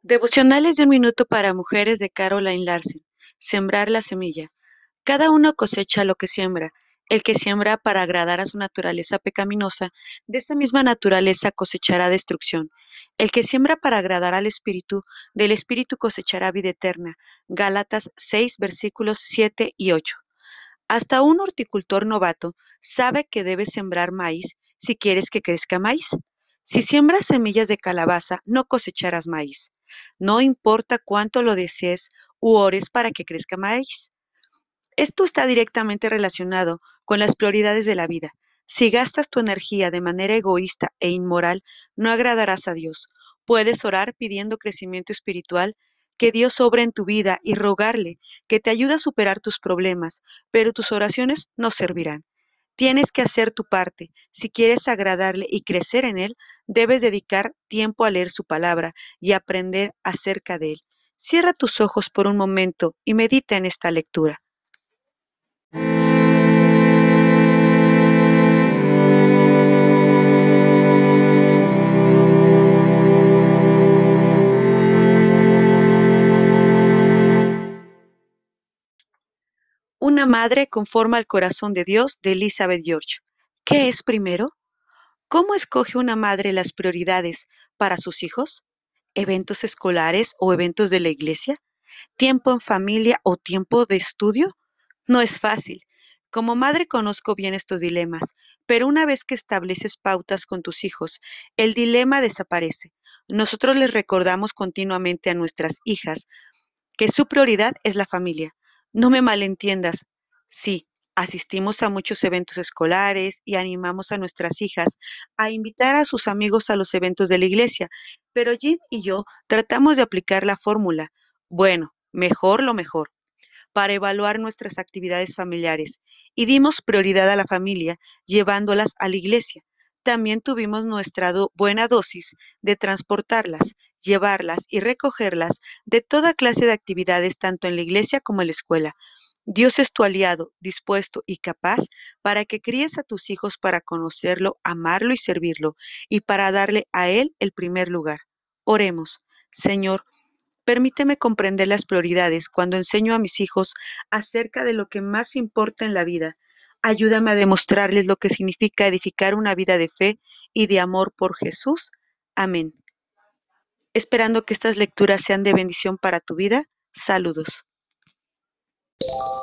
Devocionales de un minuto para mujeres de Caroline Larsen. Sembrar la semilla. Cada uno cosecha lo que siembra. El que siembra para agradar a su naturaleza pecaminosa, de esa misma naturaleza cosechará destrucción. El que siembra para agradar al Espíritu, del Espíritu cosechará vida eterna. Gálatas 6, versículos 7 y 8. Hasta un horticultor novato sabe que debe sembrar maíz si quieres que crezca maíz. Si siembras semillas de calabaza, no cosecharás maíz. No importa cuánto lo desees u ores para que crezca maíz. Esto está directamente relacionado con las prioridades de la vida. Si gastas tu energía de manera egoísta e inmoral, no agradarás a Dios. Puedes orar pidiendo crecimiento espiritual, que Dios obre en tu vida y rogarle que te ayude a superar tus problemas, pero tus oraciones no servirán. Tienes que hacer tu parte. Si quieres agradarle y crecer en Él, debes dedicar tiempo a leer su palabra y aprender acerca de Él. Cierra tus ojos por un momento y medita en esta lectura. Una madre conforma al corazón de Dios, de Elizabeth George. ¿Qué es primero? ¿Cómo escoge una madre las prioridades para sus hijos? ¿Eventos escolares o eventos de la iglesia? ¿Tiempo en familia o tiempo de estudio? No es fácil. Como madre conozco bien estos dilemas, pero una vez que estableces pautas con tus hijos, el dilema desaparece. Nosotros les recordamos continuamente a nuestras hijas que su prioridad es la familia. No me malentiendas. Sí, asistimos a muchos eventos escolares y animamos a nuestras hijas a invitar a sus amigos a los eventos de la iglesia, pero Jim y yo tratamos de aplicar la fórmula, bueno, mejor lo mejor, para evaluar nuestras actividades familiares y dimos prioridad a la familia llevándolas a la iglesia. También tuvimos nuestra buena dosis de transportarlas, llevarlas y recogerlas de toda clase de actividades tanto en la iglesia como en la escuela. Dios es tu aliado, dispuesto y capaz para que críes a tus hijos para conocerlo, amarlo y servirlo, y para darle a Él el primer lugar. Oremos. Señor, permíteme comprender las prioridades cuando enseño a mis hijos acerca de lo que más importa en la vida. Ayúdame a demostrarles lo que significa edificar una vida de fe y de amor por Jesús. Amén. Esperando que estas lecturas sean de bendición para tu vida. Saludos.